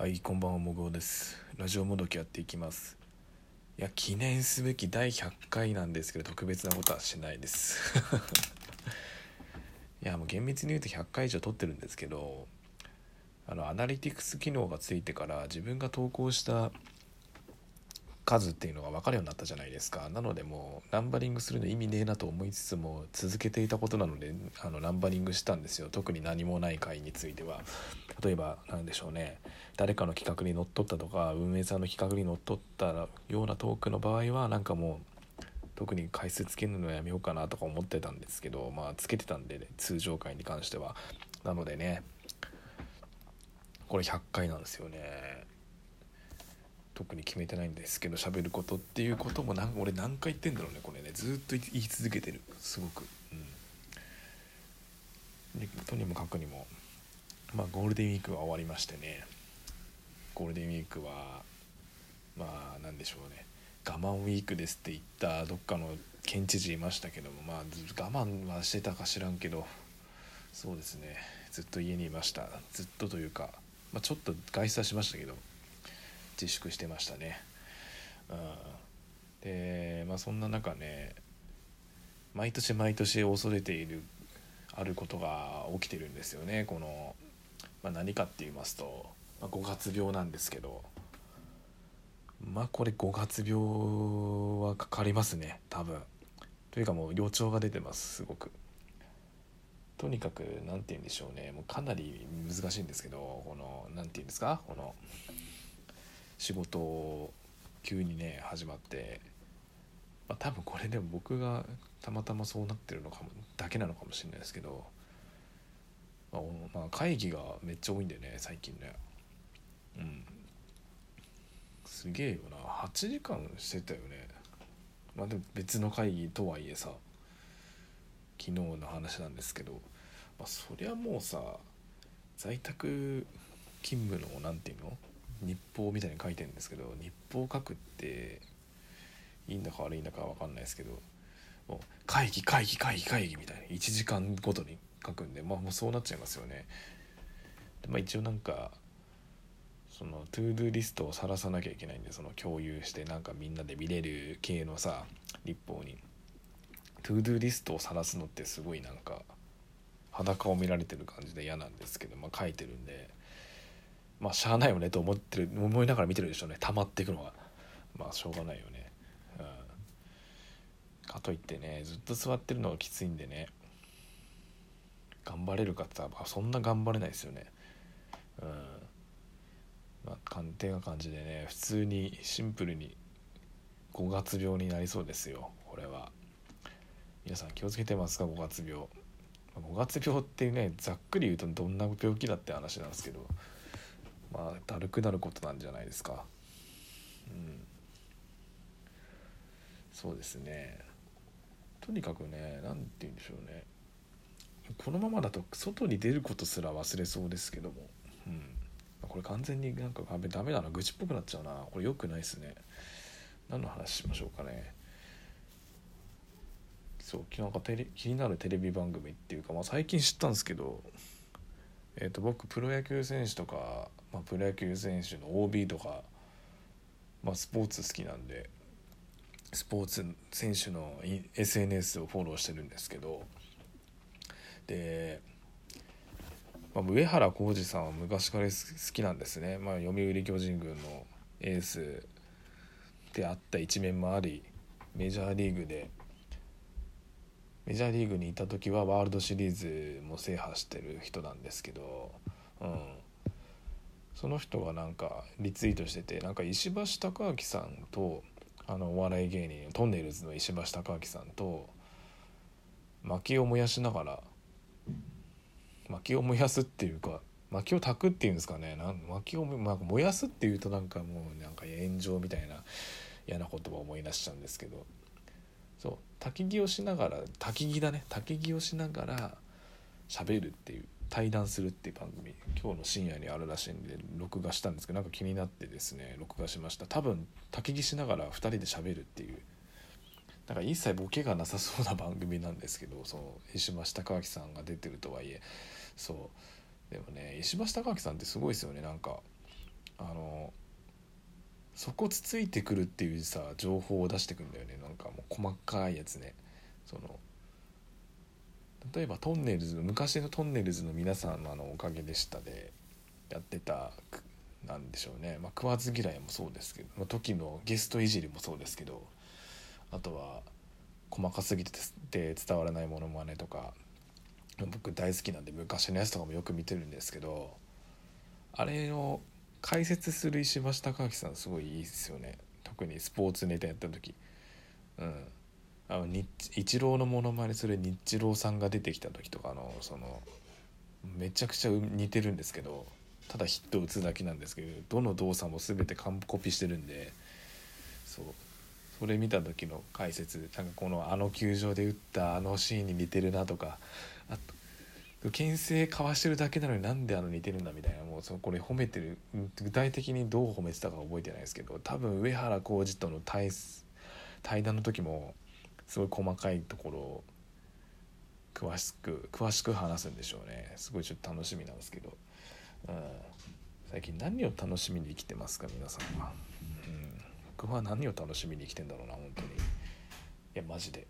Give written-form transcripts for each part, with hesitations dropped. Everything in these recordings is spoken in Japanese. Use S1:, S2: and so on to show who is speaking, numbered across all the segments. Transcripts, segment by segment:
S1: はい、こんばんは、もぐおです。ラジオもどきやっていきます。いや、記念すべき第100回なんですけど、特別なことはしないです。いや、もう厳密に言うと100回以上撮ってるんですけど、アナリティクス機能がついてから自分が投稿した数っていうのが分かるようになったじゃないですか。なのでもうナンバリングするの意味ねえなと思いつつも続けていたことなのでナンバリングしたんですよ。特に何もない回については。例えば何でしょうね、誰かの企画にのっとったとか運営さんの企画にのっとったようなトークの場合はなんかもう特に回数つけるのやめようかなとか思ってたんですけど、まあつけてたんで、ね、通常回に関しては。なのでね、これ100回なんですよね。特に決めてないんですけど、喋ることっていうことも俺何回言ってんだろうね、これね。ずっと言い続けてる、すごく。でとにもかくにも、まあゴールデンウィークは終わりましてね。ゴールデンウィークはまあなんでしょうね、我慢ウィークですって言ったどっかの県知事いましたけども、まあ我慢はしてたか知らんけど、そうですね、ずっと家にいました。ずっとというか、まあ、ちょっと外出はしましたけど自粛してましたね。うん、でまあそんな中ね、毎年毎年恐れているあることが起きてるんですよね。この、まあ、何かって言いますと、まあ、5月病なんですけど、まあこれ5月病はかかりますね多分。というかもう予兆が出てます、すごく。とにかくなんて言うんでしょうね、もうかなり難しいんですけど、このなんて言うんですか、この仕事急にね始まって、まあ、多分これでも僕がたまたまそうなってるのかもだけなのかもしれないですけど、まあ会議がめっちゃ多いんでね最近ね。すげえよな、8時間してたよね。まあでも別の会議とはいえさ、昨日の話なんですけど、まあ、そりゃもうさ、在宅勤務のなんていうの、日報みたいに書いてるんですけど、日報書くっていいんだか悪いんだか分かんないですけど、もう会議会議会議会議みたいな1時間ごとに書くんで、まあもうそうなっちゃいますよね。で、まあ、一応なんかそのトゥードゥーリストを晒さなきゃいけないんで、その共有してなんかみんなで見れる系のさ立法にトゥードゥーリストを晒すのってすごいなんか裸を見られてる感じで嫌なんですけど、まあ書いてるんで、まあしゃあないよねと思いながら見てるでしょうね、溜まっていくのが。まあしょうがないよね。かといってねずっと座ってるのがきついんでね、頑張れるかって言ったらそんな頑張れないですよね。まあ鑑定な感じでね、普通にシンプルに5月病になりそうですよこれは。皆さん気をつけてますか、5月病。5月病ってね、ざっくり言うとどんな病気だって話なんですけど、まあだるくなることなんじゃないですか。そうですね。とにかくね、なんて言うんでしょうね、このままだと外に出ることすら忘れそうですけども、これ完全になんかダメだな、愚痴っぽくなっちゃうな、これ良くないですね。何の話しましょうかね。そうなんか気になるテレビ番組っていうか、まあ、最近知ったんですけど、僕プロ野球選手とか、まあ、プロ野球選手の OB とか、まあ、スポーツ好きなんでスポーツ選手の SNS をフォローしてるんですけど、で、まあ、上原浩二さんは昔から好きなんですね。まあ、読売巨人軍のエースであった一面もあり、メジャーリーグにいた時はワールドシリーズも制覇してる人なんですけど、その人がなんかリツイートしてて、なんか石橋貴明さんとお笑い芸人トンネルズの石橋貴明さんと薪を燃やしながら、薪を燃やすっていうか薪を焚くっていうんですかね、薪を、まあ、燃やすっていうとなんかもうなんか炎上みたいな嫌な言葉を思い出しちゃうんですけど、そう焚き木をしながら、焚き木をしながら喋るっていう、対談するっていう番組今日の深夜にあるらしいんで録画したんですけど、なんか気になってですね録画しました。多分焚き木しながら2人で喋るっていう、なんか一切ボケがなさそうな番組なんですけど、その石橋貴明さんが出てるとはいえ、そうでもね石橋貴明さんってすごいですよね。なんかあの底つついてくるっていうさ情報を出してくんだよね。なんかもう細かいやつね。その例えばトンネルズ昔のトンネルズの皆様のおかげでしたでやってたなんでしょうね、食わず嫌いもそうですけど、時のゲストいじりもそうですけど、あとは細かすぎて伝わらないものまねとか僕大好きなんで昔のやつとかもよく見てるんですけど、あれを解説する石橋貴明さんすごいいいですよね。特にスポーツネタやった時、イチローのモノマネする日郎さんが出てきた時とかめちゃくちゃ似てるんですけど、ただヒット打つだけなんですけど、どの動作も全て完コピしてるんで、それ見た時の解説、なんかあの球場で打ったあのシーンに似てるなとか、あと牽制かわしてるだけなのになんで似てるんだみたいな、もうこれ褒めてる、具体的にどう褒めてたか覚えてないですけど、多分上原浩二との対談の時もすごい細かいところを詳しく話すんでしょうね。すごいちょっと楽しみなんですけど、最近何を楽しみに生きてますか皆さんは。僕は何を楽しみに生きてんだろうな本当に。いやマジで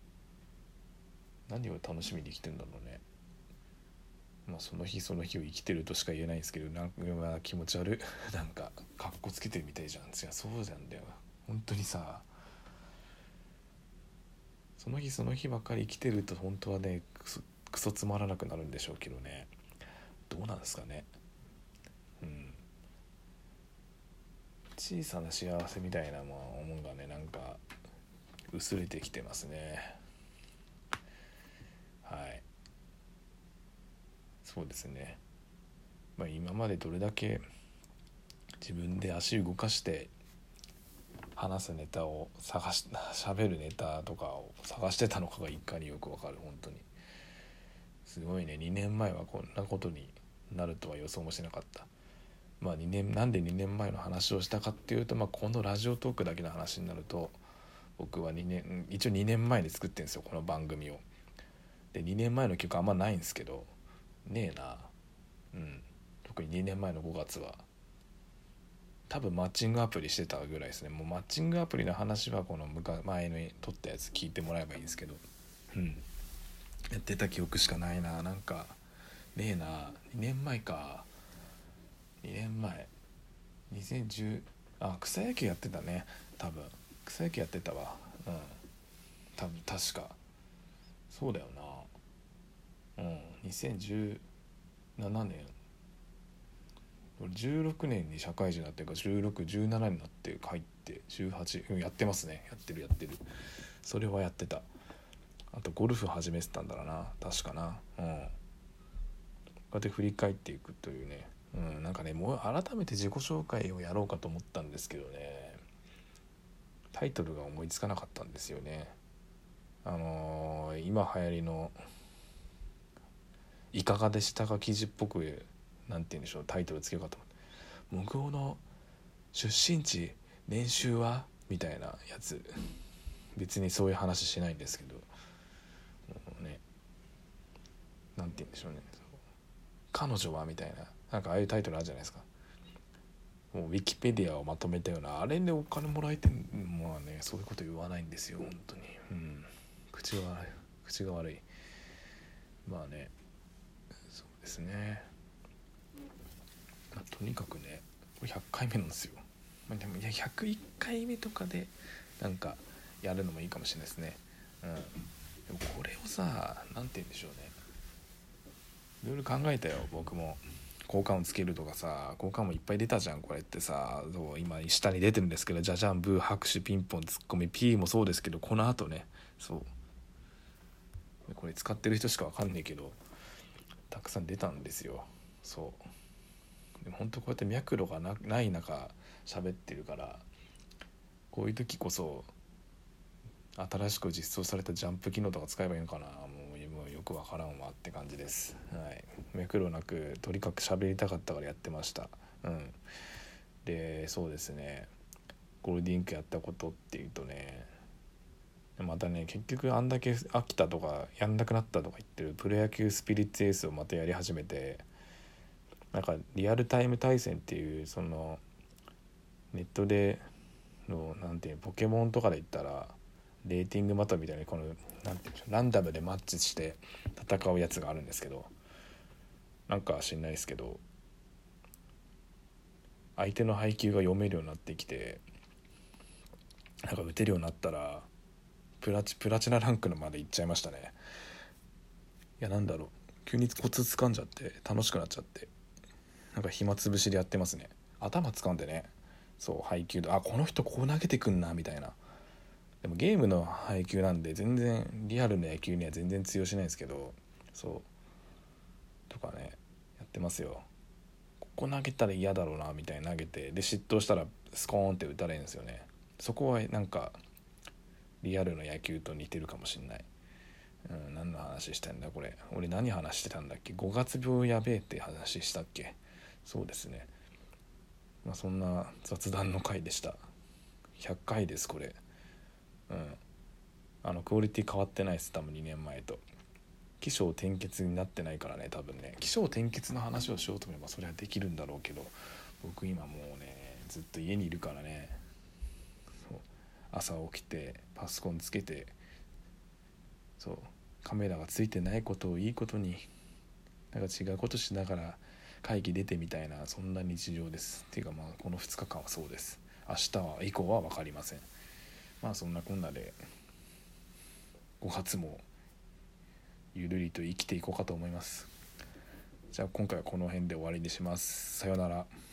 S1: 何を楽しみに生きてんだろうね。その日その日を生きてるとしか言えないんですけど、なんか気持ち悪いなんかカッコつけてるみたいじゃん。いやそうなんだよ本当にさ。その日その日ばっかり生きてると本当はねクソつまらなくなるんでしょうけどね。どうなんですかね。小さな幸せみたいなもんがねなんか薄れてきてますね。はい、そうですね。今までどれだけ自分で足動かして話すネタを喋るネタとかを探してたのかがいかによくわかる。本当にすごいね。2年前はこんなことになるとは予想もしなかった。なんで2年前の話をしたかっていうと、このラジオトークだけの話になると、僕は一応2年前に作ってるんですよこの番組を。で2年前の曲あんまないんですけどねえな。特に2年前の5月は多分マッチングアプリしてたぐらいですね。もうマッチングアプリの話はこの前に撮ったやつ聞いてもらえばいいんですけど、やってた記憶しかないな。なんかねえな。2年前か。2年前2010草野球やってたね。多分草野球やってたわ。多分確かそうだよな。2017年16年に社会人になってるから1617になって入って18、やってますね。やってるそれはやってた。あとゴルフ始めてたんだろうな確かな。こうやって振り返っていくというね。なんかねもう改めて自己紹介をやろうかと思ったんですけどね、タイトルが思いつかなかったんですよね。今流行りのいかがでしたか記事っぽくなんて言うんでしょう、タイトルつけようかと思って、向こうの出身地年収はみたいなやつ。別にそういう話しないんですけど、もうね、なんて言うんでしょうね、彼女はみたいな、なんかああいうタイトルあるじゃないですか。もうウィキペディアをまとめたようなあれでお金もらえてそういうこと言わないんですよ本当に。口が悪い。そうですね。とにかくねこれ100回目なんですよ。でも101回目とかでなんかやるのもいいかもしれないですね。でもこれをさなんて言うんでしょうね、いろいろ考えたよ僕も。効果音つけるとかさ、効果音もいっぱい出たじゃんこれってさ。今下に出てるんですけど、じゃじゃんブー拍手ピンポンツッコミ P もそうですけど、この後ね、これ使ってる人しかわかんないけどたくさん出たんですよ。でも本当こうやって脈絡がない中喋ってるから、こういう時こそ新しく実装されたジャンプ機能とか使えばいいのかな。もうよくわからんわって感じです。脈絡なくとにかく喋りたかったからやってました。でそうですね、ゴールデンウィークやったことっていうとね、またね結局あんだけ飽きたとかやんなくなったとか言ってるプロ野球スピリッツエースをまたやり始めて、 なんかリアルタイム対戦っていうそのネットでのなんていうポケモンとかで言ったらレーティングバトルみたいにこのなんていうんでしょう、ランダムでマッチして戦うやつがあるんですけど、なんか知んないですけど相手の配球が読めるようになってきて、なんか打てるようになったらプラチナランクのまで行っちゃいましたね。いやなんだろう、急にコツ掴んじゃって楽しくなっちゃって、なんか暇つぶしでやってますね。頭掴んでね、そう配球でこの人こう投げてくんなみたいな。でもゲームの配球なんで全然リアルな野球には全然通用しないんですけど、そうとかねやってますよ。ここ投げたら嫌だろうなみたいに投げて、で失投したらスコーンって打たれるんですよね。そこはなんかリアルの野球と似てるかもしんない。何の話してんだこれ、俺何話してたんだっけ、5月病やべえって話したっけ。そうですね。そんな雑談の回でした。100回ですこれ。クオリティ変わってないです多分2年前と。起承転結になってないからね多分ね。起承転結の話をしようと思えばそれはできるんだろうけど、僕今もうねずっと家にいるからね。そう朝起きてパソコンつけて、そうカメラがついてないことをいいことになんか違うことしながら会議出てみたいな、そんな日常です。っていうかこの2日間はそうです。明日以降は分かりません。そんなこんなで5月もゆるりと生きていこうかと思います。じゃあ今回はこの辺で終わりにします。さようなら。